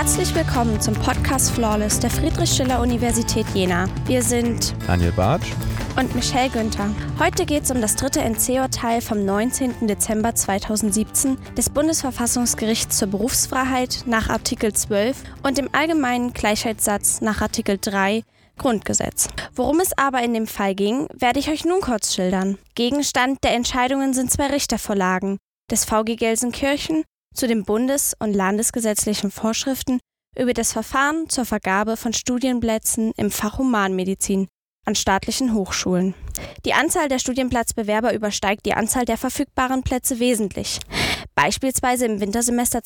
Herzlich willkommen zum Podcast Flawless der Friedrich-Schiller-Universität Jena. Wir sind Daniel Bartsch und Michelle Günther. Heute geht es um das dritte NC-Urteil vom 19. Dezember 2017 des Bundesverfassungsgerichts zur Berufsfreiheit nach Artikel 12 und dem allgemeinen Gleichheitssatz nach Artikel 3 Grundgesetz. Worum es aber in dem Fall ging, werde ich euch nun kurz schildern. Gegenstand der Entscheidungen sind 2 Richtervorlagen des VG Gelsenkirchen zu den bundes- und landesgesetzlichen Vorschriften über das Verfahren zur Vergabe von Studienplätzen im Fach Humanmedizin an staatlichen Hochschulen. Die Anzahl der Studienplatzbewerber übersteigt die Anzahl der verfügbaren Plätze wesentlich. Beispielsweise im Wintersemester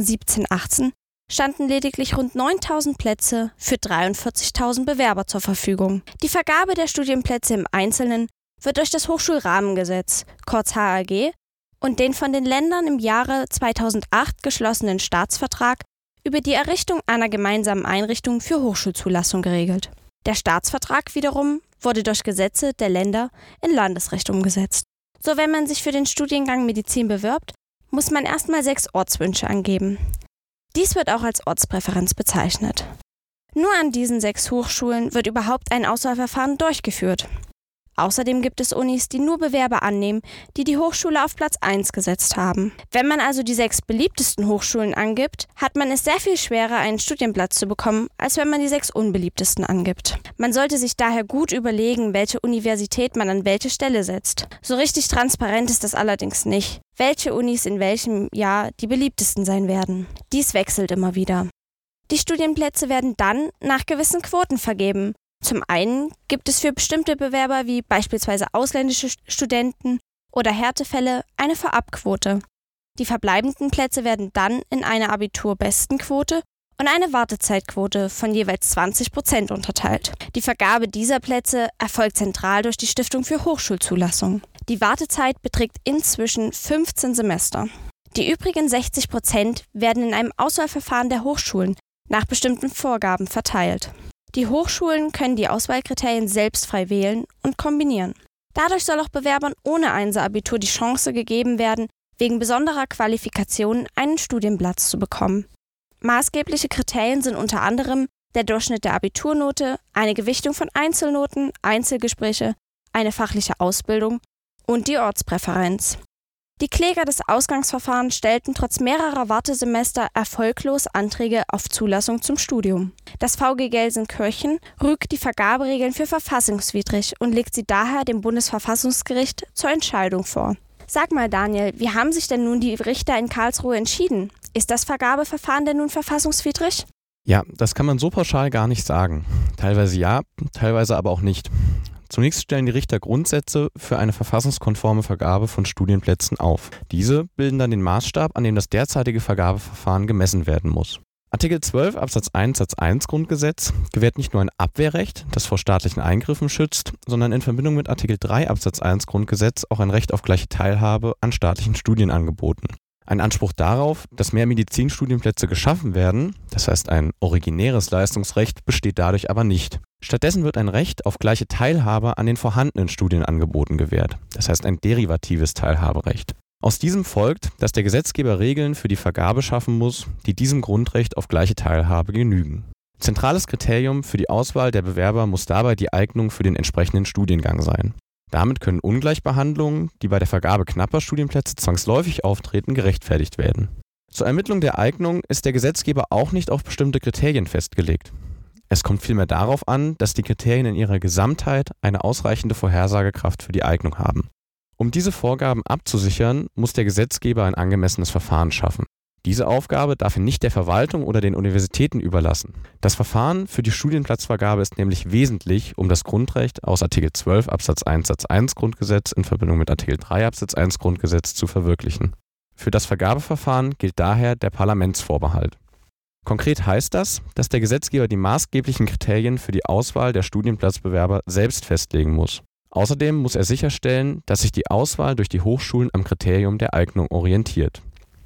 2017/18 standen lediglich rund 9.000 Plätze für 43.000 Bewerber zur Verfügung. Die Vergabe der Studienplätze im Einzelnen wird durch das Hochschulrahmengesetz, kurz HRG, und den von den Ländern im Jahre 2008 geschlossenen Staatsvertrag über die Errichtung einer gemeinsamen Einrichtung für Hochschulzulassung geregelt. Der Staatsvertrag wiederum wurde durch Gesetze der Länder in Landesrecht umgesetzt. So, wenn man sich für den Studiengang Medizin bewirbt, muss man erstmal 6 Ortswünsche angeben. Dies wird auch als Ortspräferenz bezeichnet. Nur an diesen 6 Hochschulen wird überhaupt ein Auswahlverfahren durchgeführt. Außerdem gibt es Unis, die nur Bewerber annehmen, die die Hochschule auf Platz 1 gesetzt haben. Wenn man also die 6 beliebtesten Hochschulen angibt, hat man es sehr viel schwerer, einen Studienplatz zu bekommen, als wenn man die 6 unbeliebtesten angibt. Man sollte sich daher gut überlegen, welche Universität man an welche Stelle setzt. So richtig transparent ist das allerdings nicht, welche Unis in welchem Jahr die beliebtesten sein werden. Dies wechselt immer wieder. Die Studienplätze werden dann nach gewissen Quoten vergeben. Zum einen gibt es für bestimmte Bewerber wie beispielsweise ausländische Studenten oder Härtefälle eine Vorabquote. Die verbleibenden Plätze werden dann in eine Abiturbestenquote und eine Wartezeitquote von jeweils 20% unterteilt. Die Vergabe dieser Plätze erfolgt zentral durch die Stiftung für Hochschulzulassung. Die Wartezeit beträgt inzwischen 15 Semester. Die übrigen 60% werden in einem Auswahlverfahren der Hochschulen nach bestimmten Vorgaben verteilt. Die Hochschulen können die Auswahlkriterien selbst frei wählen und kombinieren. Dadurch soll auch Bewerbern ohne Einser-Abitur die Chance gegeben werden, wegen besonderer Qualifikationen einen Studienplatz zu bekommen. Maßgebliche Kriterien sind unter anderem der Durchschnitt der Abiturnote, eine Gewichtung von Einzelnoten, Einzelgespräche, eine fachliche Ausbildung und die Ortspräferenz. Die Kläger des Ausgangsverfahrens stellten trotz mehrerer Wartesemester erfolglos Anträge auf Zulassung zum Studium. Das VG Gelsenkirchen rügt die Vergaberegeln für verfassungswidrig und legt sie daher dem Bundesverfassungsgericht zur Entscheidung vor. Sag mal, Daniel, wie haben sich denn nun die Richter in Karlsruhe entschieden? Ist das Vergabeverfahren denn nun verfassungswidrig? Ja, das kann man so pauschal gar nicht sagen. Teilweise ja, teilweise aber auch nicht. Zunächst stellen die Richter Grundsätze für eine verfassungskonforme Vergabe von Studienplätzen auf. Diese bilden dann den Maßstab, an dem das derzeitige Vergabeverfahren gemessen werden muss. Artikel 12 Absatz 1 Satz 1 Grundgesetz gewährt nicht nur ein Abwehrrecht, das vor staatlichen Eingriffen schützt, sondern in Verbindung mit Artikel 3 Absatz 1 Grundgesetz auch ein Recht auf gleiche Teilhabe an staatlichen Studienangeboten. Ein Anspruch darauf, dass mehr Medizinstudienplätze geschaffen werden, das heißt ein originäres Leistungsrecht, besteht dadurch aber nicht. Stattdessen wird ein Recht auf gleiche Teilhabe an den vorhandenen Studienangeboten gewährt, das heißt ein derivatives Teilhaberecht. Aus diesem folgt, dass der Gesetzgeber Regeln für die Vergabe schaffen muss, die diesem Grundrecht auf gleiche Teilhabe genügen. Zentrales Kriterium für die Auswahl der Bewerber muss dabei die Eignung für den entsprechenden Studiengang sein. Damit können Ungleichbehandlungen, die bei der Vergabe knapper Studienplätze zwangsläufig auftreten, gerechtfertigt werden. Zur Ermittlung der Eignung ist der Gesetzgeber auch nicht auf bestimmte Kriterien festgelegt. Es kommt vielmehr darauf an, dass die Kriterien in ihrer Gesamtheit eine ausreichende Vorhersagekraft für die Eignung haben. Um diese Vorgaben abzusichern, muss der Gesetzgeber ein angemessenes Verfahren schaffen. Diese Aufgabe darf er nicht der Verwaltung oder den Universitäten überlassen. Das Verfahren für die Studienplatzvergabe ist nämlich wesentlich, um das Grundrecht aus Artikel 12 Absatz 1 Satz 1 Grundgesetz in Verbindung mit Artikel 3 Absatz 1 Grundgesetz zu verwirklichen. Für das Vergabeverfahren gilt daher der Parlamentsvorbehalt. Konkret heißt das, dass der Gesetzgeber die maßgeblichen Kriterien für die Auswahl der Studienplatzbewerber selbst festlegen muss. Außerdem muss er sicherstellen, dass sich die Auswahl durch die Hochschulen am Kriterium der Eignung orientiert.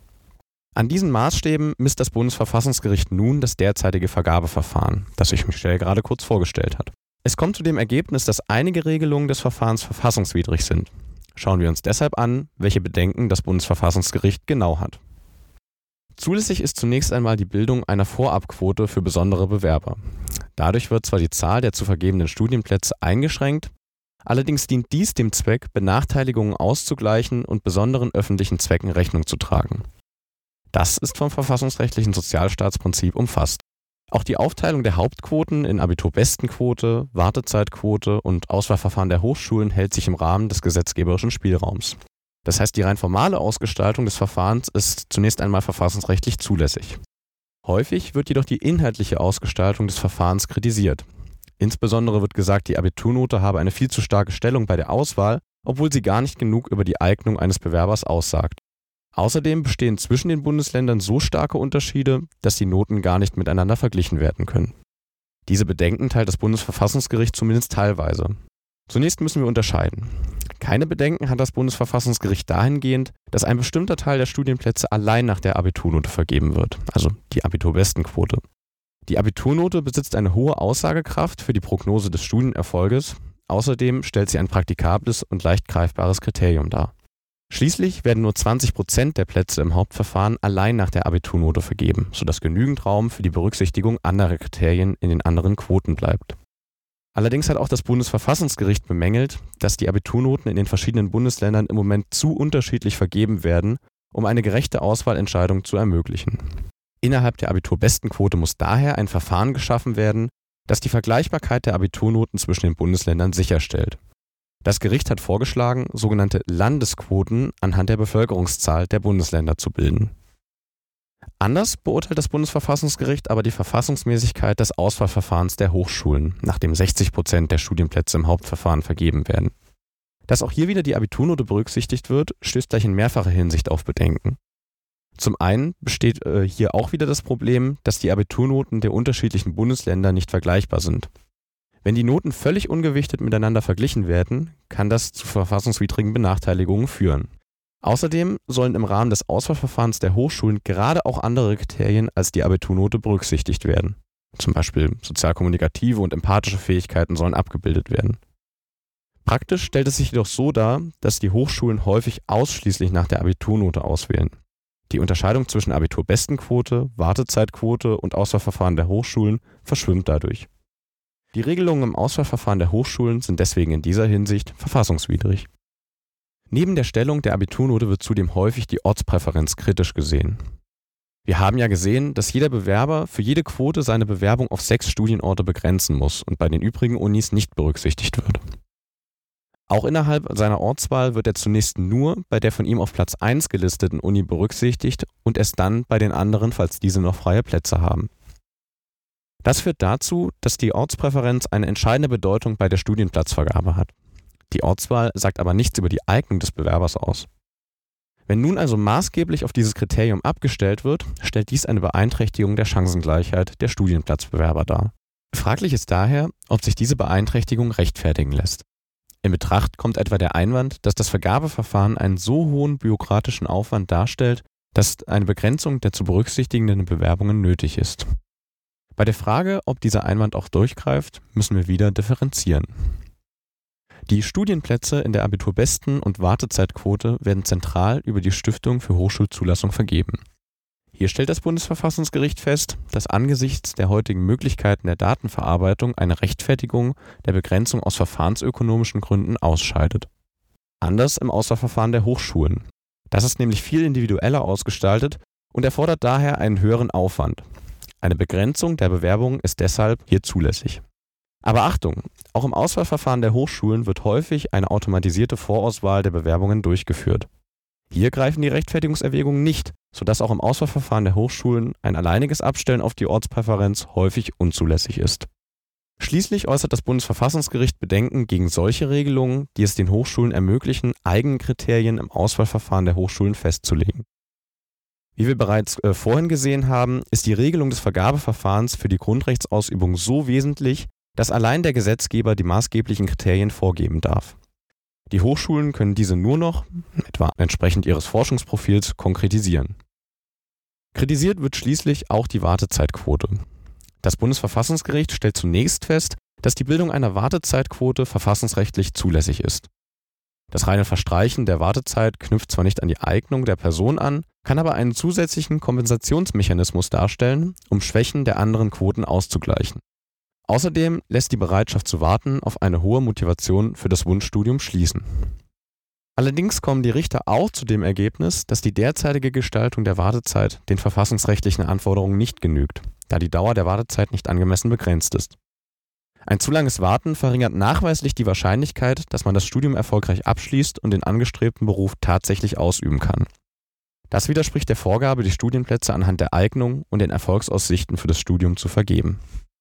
An diesen Maßstäben misst das Bundesverfassungsgericht nun das derzeitige Vergabeverfahren, das sich Michelle gerade kurz vorgestellt hat. Es kommt zu dem Ergebnis, dass einige Regelungen des Verfahrens verfassungswidrig sind. Schauen wir uns deshalb an, welche Bedenken das Bundesverfassungsgericht genau hat. Zulässig ist zunächst einmal die Bildung einer Vorabquote für besondere Bewerber. Dadurch wird zwar die Zahl der zu vergebenden Studienplätze eingeschränkt, allerdings dient dies dem Zweck, Benachteiligungen auszugleichen und besonderen öffentlichen Zwecken Rechnung zu tragen. Das ist vom verfassungsrechtlichen Sozialstaatsprinzip umfasst. Auch die Aufteilung der Hauptquoten in Abiturbestenquote, Wartezeitquote und Auswahlverfahren der Hochschulen hält sich im Rahmen des gesetzgeberischen Spielraums. Das heißt, die rein formale Ausgestaltung des Verfahrens ist zunächst einmal verfassungsrechtlich zulässig. Häufig wird jedoch die inhaltliche Ausgestaltung des Verfahrens kritisiert. Insbesondere wird gesagt, die Abiturnote habe eine viel zu starke Stellung bei der Auswahl, obwohl sie gar nicht genug über die Eignung eines Bewerbers aussagt. Außerdem bestehen zwischen den Bundesländern so starke Unterschiede, dass die Noten gar nicht miteinander verglichen werden können. Diese Bedenken teilt das Bundesverfassungsgericht zumindest teilweise. Zunächst müssen wir unterscheiden. Keine Bedenken hat das Bundesverfassungsgericht dahingehend, dass ein bestimmter Teil der Studienplätze allein nach der Abiturnote vergeben wird, also die Abiturbestenquote. Die Abiturnote besitzt eine hohe Aussagekraft für die Prognose des Studienerfolges, außerdem stellt sie ein praktikables und leicht greifbares Kriterium dar. Schließlich werden nur 20% der Plätze im Hauptverfahren allein nach der Abiturnote vergeben, sodass genügend Raum für die Berücksichtigung anderer Kriterien in den anderen Quoten bleibt. Allerdings hat auch das Bundesverfassungsgericht bemängelt, dass die Abiturnoten in den verschiedenen Bundesländern im Moment zu unterschiedlich vergeben werden, um eine gerechte Auswahlentscheidung zu ermöglichen. Innerhalb der Abiturbestenquote muss daher ein Verfahren geschaffen werden, das die Vergleichbarkeit der Abiturnoten zwischen den Bundesländern sicherstellt. Das Gericht hat vorgeschlagen, sogenannte Landesquoten anhand der Bevölkerungszahl der Bundesländer zu bilden. Anders beurteilt das Bundesverfassungsgericht aber die Verfassungsmäßigkeit des Auswahlverfahrens der Hochschulen, nachdem 60% der Studienplätze im Hauptverfahren vergeben werden. Dass auch hier wieder die Abiturnote berücksichtigt wird, stößt gleich in mehrfacher Hinsicht auf Bedenken. Zum einen besteht hier auch wieder das Problem, dass die Abiturnoten der unterschiedlichen Bundesländer nicht vergleichbar sind. Wenn die Noten völlig ungewichtet miteinander verglichen werden, kann das zu verfassungswidrigen Benachteiligungen führen. Außerdem sollen im Rahmen des Auswahlverfahrens der Hochschulen gerade auch andere Kriterien als die Abiturnote berücksichtigt werden. Zum Beispiel sozialkommunikative und empathische Fähigkeiten sollen abgebildet werden. Praktisch stellt es sich jedoch so dar, dass die Hochschulen häufig ausschließlich nach der Abiturnote auswählen. Die Unterscheidung zwischen Abiturbestenquote, Wartezeitquote und Auswahlverfahren der Hochschulen verschwimmt dadurch. Die Regelungen im Auswahlverfahren der Hochschulen sind deswegen in dieser Hinsicht verfassungswidrig. Neben der Stellung der Abiturnote wird zudem häufig die Ortspräferenz kritisch gesehen. Wir haben ja gesehen, dass jeder Bewerber für jede Quote seine Bewerbung auf 6 Studienorte begrenzen muss und bei den übrigen Unis nicht berücksichtigt wird. Auch innerhalb seiner Ortswahl wird er zunächst nur bei der von ihm auf Platz 1 gelisteten Uni berücksichtigt und erst dann bei den anderen, falls diese noch freie Plätze haben. Das führt dazu, dass die Ortspräferenz eine entscheidende Bedeutung bei der Studienplatzvergabe hat. Die Ortswahl sagt aber nichts über die Eignung des Bewerbers aus. Wenn nun also maßgeblich auf dieses Kriterium abgestellt wird, stellt dies eine Beeinträchtigung der Chancengleichheit der Studienplatzbewerber dar. Fraglich ist daher, ob sich diese Beeinträchtigung rechtfertigen lässt. In Betracht kommt etwa der Einwand, dass das Vergabeverfahren einen so hohen bürokratischen Aufwand darstellt, dass eine Begrenzung der zu berücksichtigenden Bewerbungen nötig ist. Bei der Frage, ob dieser Einwand auch durchgreift, müssen wir wieder differenzieren. Die Studienplätze in der Abiturbesten- und Wartezeitquote werden zentral über die Stiftung für Hochschulzulassung vergeben. Hier stellt das Bundesverfassungsgericht fest, dass angesichts der heutigen Möglichkeiten der Datenverarbeitung eine Rechtfertigung der Begrenzung aus verfahrensökonomischen Gründen ausscheidet. Anders im Auswahlverfahren der Hochschulen. Das ist nämlich viel individueller ausgestaltet und erfordert daher einen höheren Aufwand. Eine Begrenzung der Bewerbung ist deshalb hier zulässig. Aber Achtung, auch im Auswahlverfahren der Hochschulen wird häufig eine automatisierte Vorauswahl der Bewerbungen durchgeführt. Hier greifen die Rechtfertigungserwägungen nicht, sodass auch im Auswahlverfahren der Hochschulen ein alleiniges Abstellen auf die Ortspräferenz häufig unzulässig ist. Schließlich äußert das Bundesverfassungsgericht Bedenken gegen solche Regelungen, die es den Hochschulen ermöglichen, eigene Kriterien im Auswahlverfahren der Hochschulen festzulegen. Wie wir bereits vorhin gesehen haben, ist die Regelung des Vergabeverfahrens für die Grundrechtsausübung so wesentlich, dass allein der Gesetzgeber die maßgeblichen Kriterien vorgeben darf. Die Hochschulen können diese nur noch, etwa entsprechend ihres Forschungsprofils, konkretisieren. Kritisiert wird schließlich auch die Wartezeitquote. Das Bundesverfassungsgericht stellt zunächst fest, dass die Bildung einer Wartezeitquote verfassungsrechtlich zulässig ist. Das reine Verstreichen der Wartezeit knüpft zwar nicht an die Eignung der Person an, kann aber einen zusätzlichen Kompensationsmechanismus darstellen, um Schwächen der anderen Quoten auszugleichen. Außerdem lässt die Bereitschaft zu warten auf eine hohe Motivation für das Wunschstudium schließen. Allerdings kommen die Richter auch zu dem Ergebnis, dass die derzeitige Gestaltung der Wartezeit den verfassungsrechtlichen Anforderungen nicht genügt, da die Dauer der Wartezeit nicht angemessen begrenzt ist. Ein zu langes Warten verringert nachweislich die Wahrscheinlichkeit, dass man das Studium erfolgreich abschließt und den angestrebten Beruf tatsächlich ausüben kann. Das widerspricht der Vorgabe, die Studienplätze anhand der Eignung und den Erfolgsaussichten für das Studium zu vergeben.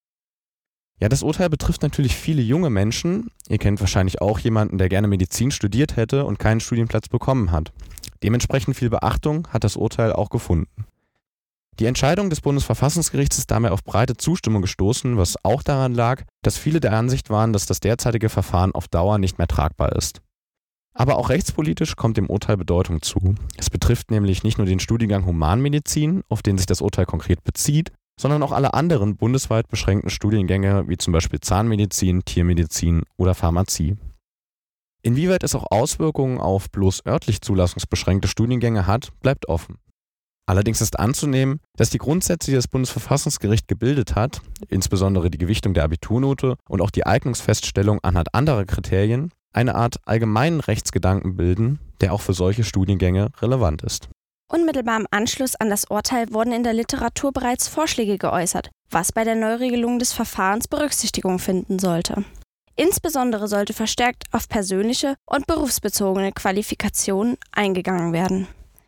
Ja, das Urteil betrifft natürlich viele junge Menschen. Ihr kennt wahrscheinlich auch jemanden, der gerne Medizin studiert hätte und keinen Studienplatz bekommen hat. Dementsprechend viel Beachtung hat das Urteil auch gefunden. Die Entscheidung des Bundesverfassungsgerichts ist damit auf breite Zustimmung gestoßen, was auch daran lag, dass viele der Ansicht waren, dass das derzeitige Verfahren auf Dauer nicht mehr tragbar ist. Aber auch rechtspolitisch kommt dem Urteil Bedeutung zu. Es betrifft nämlich nicht nur den Studiengang Humanmedizin, auf den sich das Urteil konkret bezieht, sondern auch alle anderen bundesweit beschränkten Studiengänge wie zum Beispiel Zahnmedizin, Tiermedizin oder Pharmazie. Inwieweit es auch Auswirkungen auf bloß örtlich zulassungsbeschränkte Studiengänge hat, bleibt offen. Allerdings ist anzunehmen, dass die Grundsätze, die das Bundesverfassungsgericht gebildet hat, insbesondere die Gewichtung der Abiturnote und auch die Eignungsfeststellung anhand anderer Kriterien, eine Art allgemeinen Rechtsgedanken bilden, der auch für solche Studiengänge relevant ist. Unmittelbar im Anschluss an das Urteil wurden in der Literatur bereits Vorschläge geäußert, was bei der Neuregelung des Verfahrens Berücksichtigung finden sollte. Insbesondere sollte verstärkt auf persönliche und berufsbezogene Qualifikationen eingegangen werden.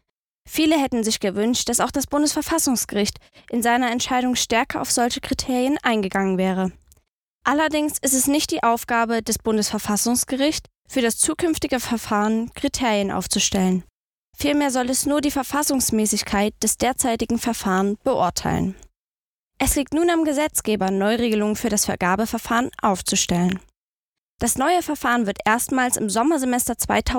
Viele hätten sich gewünscht, dass auch das Bundesverfassungsgericht in seiner Entscheidung stärker auf solche Kriterien eingegangen wäre. Allerdings ist es nicht die Aufgabe des Bundesverfassungsgerichts, für das zukünftige Verfahren Kriterien aufzustellen. Vielmehr soll es nur die Verfassungsmäßigkeit des derzeitigen Verfahrens beurteilen. Es liegt nun am Gesetzgeber, Neuregelungen für das Vergabeverfahren aufzustellen. Das neue Verfahren wird erstmals im Sommersemester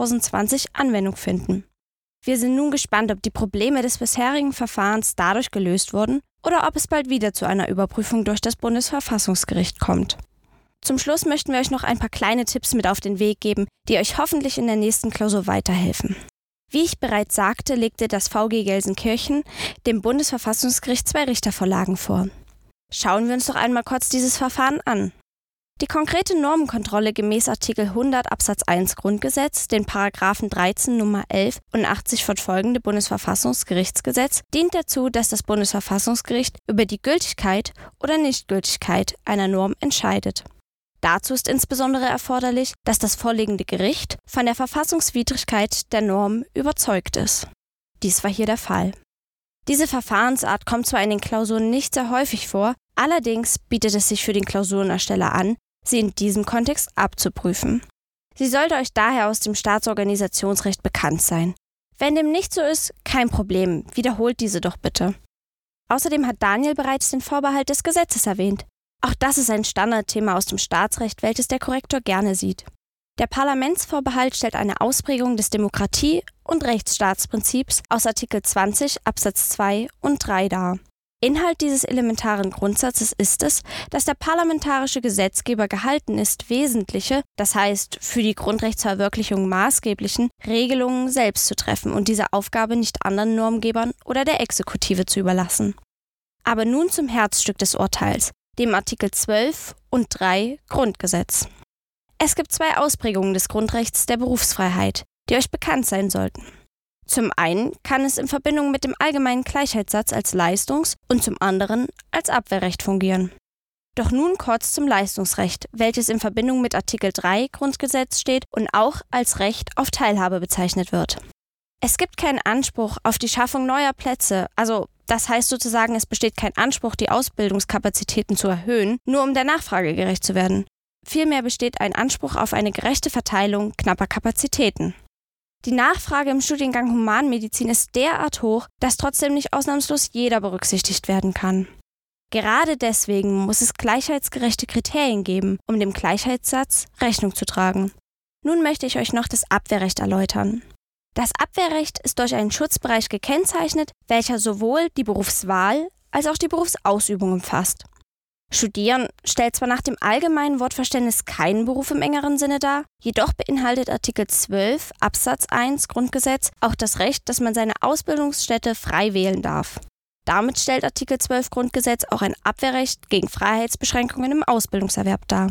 2020 Anwendung finden. Wir sind nun gespannt, ob die Probleme des bisherigen Verfahrens dadurch gelöst wurden oder ob es bald wieder zu einer Überprüfung durch das Bundesverfassungsgericht kommt. Zum Schluss möchten wir euch noch ein paar kleine Tipps mit auf den Weg geben, die euch hoffentlich in der nächsten Klausur weiterhelfen. Wie ich bereits sagte, legte das VG Gelsenkirchen dem Bundesverfassungsgericht 2 Richtervorlagen vor. Schauen wir uns doch einmal kurz dieses Verfahren an. Die konkrete Normenkontrolle gemäß Artikel 100 Absatz 1 Grundgesetz, den Paragraphen 13 Nummer 11 und 80 fortfolgende Bundesverfassungsgerichtsgesetz, dient dazu, dass das Bundesverfassungsgericht über die Gültigkeit oder Nichtgültigkeit einer Norm entscheidet. Dazu ist insbesondere erforderlich, dass das vorliegende Gericht von der Verfassungswidrigkeit der Norm überzeugt ist. Dies war hier der Fall. Diese Verfahrensart kommt zwar in den Klausuren nicht sehr häufig vor, allerdings bietet es sich für den Klausurenersteller an, sie in diesem Kontext abzuprüfen. Sie sollte euch daher aus dem Staatsorganisationsrecht bekannt sein. Wenn dem nicht so ist, kein Problem, wiederholt diese doch bitte. Außerdem hat Daniel bereits den Vorbehalt des Gesetzes erwähnt. Auch das ist ein Standardthema aus dem Staatsrecht, welches der Korrektor gerne sieht. Der Parlamentsvorbehalt stellt eine Ausprägung des Demokratie- und Rechtsstaatsprinzips aus Artikel 20 Absatz 2 und 3 dar. Inhalt dieses elementaren Grundsatzes ist es, dass der parlamentarische Gesetzgeber gehalten ist, wesentliche, das heißt für die Grundrechtsverwirklichung maßgeblichen, Regelungen selbst zu treffen und diese Aufgabe nicht anderen Normgebern oder der Exekutive zu überlassen. Aber nun zum Herzstück des Urteils, dem Artikel 12 und 3 Grundgesetz. Es gibt 2 Ausprägungen des Grundrechts der Berufsfreiheit, die euch bekannt sein sollten. Zum einen kann es in Verbindung mit dem allgemeinen Gleichheitssatz als Leistungs- und zum anderen als Abwehrrecht fungieren. Doch nun kurz zum Leistungsrecht, welches in Verbindung mit Artikel 3 Grundgesetz steht und auch als Recht auf Teilhabe bezeichnet wird. Es gibt keinen Anspruch auf die Schaffung neuer Plätze, also das heißt sozusagen, es besteht kein Anspruch, die Ausbildungskapazitäten zu erhöhen, nur um der Nachfrage gerecht zu werden. Vielmehr besteht ein Anspruch auf eine gerechte Verteilung knapper Kapazitäten. Die Nachfrage im Studiengang Humanmedizin ist derart hoch, dass trotzdem nicht ausnahmslos jeder berücksichtigt werden kann. Gerade deswegen muss es gleichheitsgerechte Kriterien geben, um dem Gleichheitssatz Rechnung zu tragen. Nun möchte ich euch noch das Abwehrrecht erläutern. Das Abwehrrecht ist durch einen Schutzbereich gekennzeichnet, welcher sowohl die Berufswahl als auch die Berufsausübung umfasst. Studieren stellt zwar nach dem allgemeinen Wortverständnis keinen Beruf im engeren Sinne dar, jedoch beinhaltet Artikel 12 Absatz 1 Grundgesetz auch das Recht, dass man seine Ausbildungsstätte frei wählen darf. Damit stellt Artikel 12 Grundgesetz auch ein Abwehrrecht gegen Freiheitsbeschränkungen im Ausbildungserwerb dar.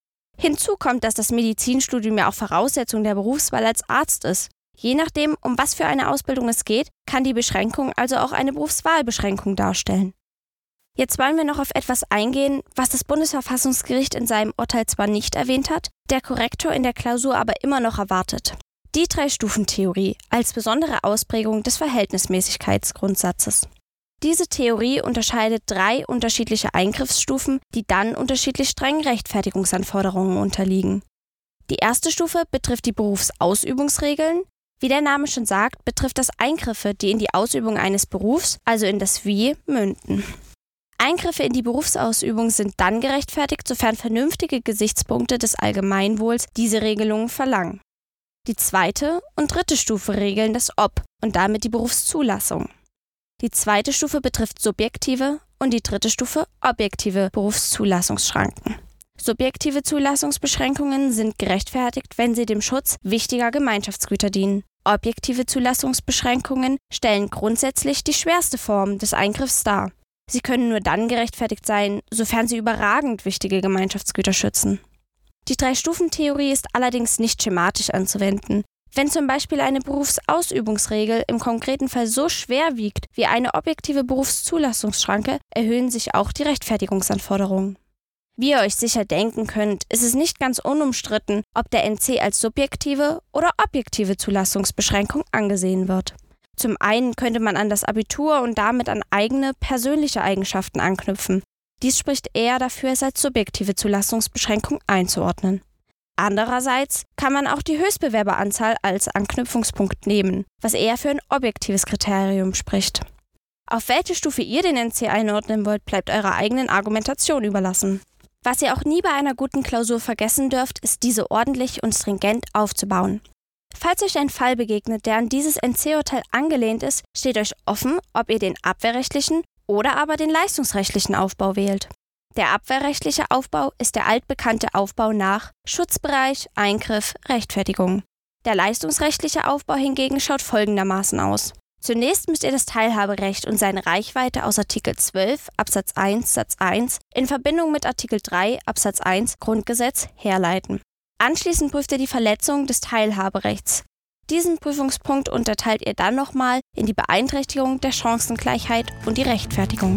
Hinzu kommt, dass das Medizinstudium ja auch Voraussetzung der Berufswahl als Arzt ist. Je nachdem, um was für eine Ausbildung es geht, kann die Beschränkung also auch eine Berufswahlbeschränkung darstellen. Jetzt wollen wir noch auf etwas eingehen, was das Bundesverfassungsgericht in seinem Urteil zwar nicht erwähnt hat, der Korrektor in der Klausur aber immer noch erwartet. Die Drei-Stufen-Theorie als besondere Ausprägung des Verhältnismäßigkeitsgrundsatzes. Diese Theorie unterscheidet 3 unterschiedliche Eingriffsstufen, die dann unterschiedlich strengen Rechtfertigungsanforderungen unterliegen. Die erste Stufe betrifft die Berufsausübungsregeln. Wie der Name schon sagt, betrifft das Eingriffe, die in die Ausübung eines Berufs, also in das Wie, münden. Eingriffe in die Berufsausübung sind dann gerechtfertigt, sofern vernünftige Gesichtspunkte des Allgemeinwohls diese Regelungen verlangen. Die zweite und dritte Stufe regeln das Ob und damit die Berufszulassung. Die zweite Stufe betrifft subjektive und die dritte Stufe objektive Berufszulassungsschranken. Subjektive Zulassungsbeschränkungen sind gerechtfertigt, wenn sie dem Schutz wichtiger Gemeinschaftsgüter dienen. Objektive Zulassungsbeschränkungen stellen grundsätzlich die schwerste Form des Eingriffs dar. Sie können nur dann gerechtfertigt sein, sofern sie überragend wichtige Gemeinschaftsgüter schützen. Die Drei-Stufen-Theorie ist allerdings nicht schematisch anzuwenden. Wenn zum Beispiel eine Berufsausübungsregel im konkreten Fall so schwer wiegt wie eine objektive Berufszulassungsschranke, erhöhen sich auch die Rechtfertigungsanforderungen. Wie ihr euch sicher denken könnt, ist es nicht ganz unumstritten, ob der NC als subjektive oder objektive Zulassungsbeschränkung angesehen wird. Zum einen könnte man an das Abitur und damit an eigene persönliche Eigenschaften anknüpfen. Dies spricht eher dafür, es als subjektive Zulassungsbeschränkung einzuordnen. Andererseits kann man auch die Höchstbewerberanzahl als Anknüpfungspunkt nehmen, was eher für ein objektives Kriterium spricht. Auf welche Stufe ihr den NC einordnen wollt, bleibt eurer eigenen Argumentation überlassen. Was ihr auch nie bei einer guten Klausur vergessen dürft, ist diese ordentlich und stringent aufzubauen. Falls euch ein Fall begegnet, der an dieses NC-Urteil angelehnt ist, steht euch offen, ob ihr den abwehrrechtlichen oder aber den leistungsrechtlichen Aufbau wählt. Der abwehrrechtliche Aufbau ist der altbekannte Aufbau nach Schutzbereich, Eingriff, Rechtfertigung. Der leistungsrechtliche Aufbau hingegen schaut folgendermaßen aus. Zunächst müsst ihr das Teilhaberecht und seine Reichweite aus Artikel 12 Absatz 1 Satz 1 in Verbindung mit Artikel 3 Absatz 1 Grundgesetz herleiten. Anschließend prüft ihr die Verletzung des Teilhaberechts. Diesen Prüfungspunkt unterteilt ihr dann nochmal in die Beeinträchtigung der Chancengleichheit und die Rechtfertigung.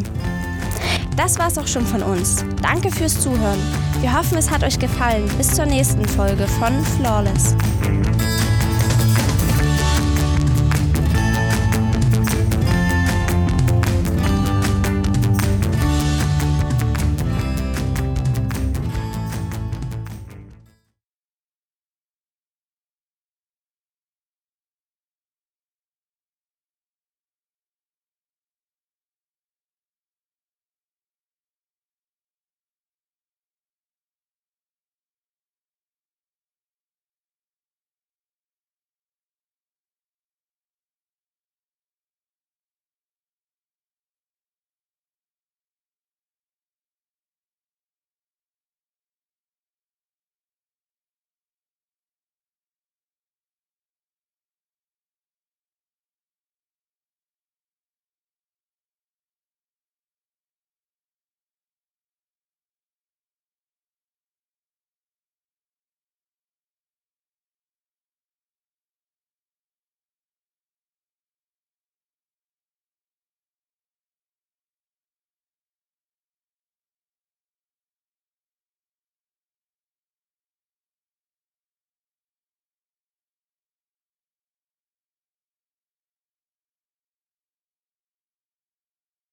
Das war's auch schon von uns. Danke fürs Zuhören. Wir hoffen, es hat euch gefallen. Bis zur nächsten Folge von Flawless.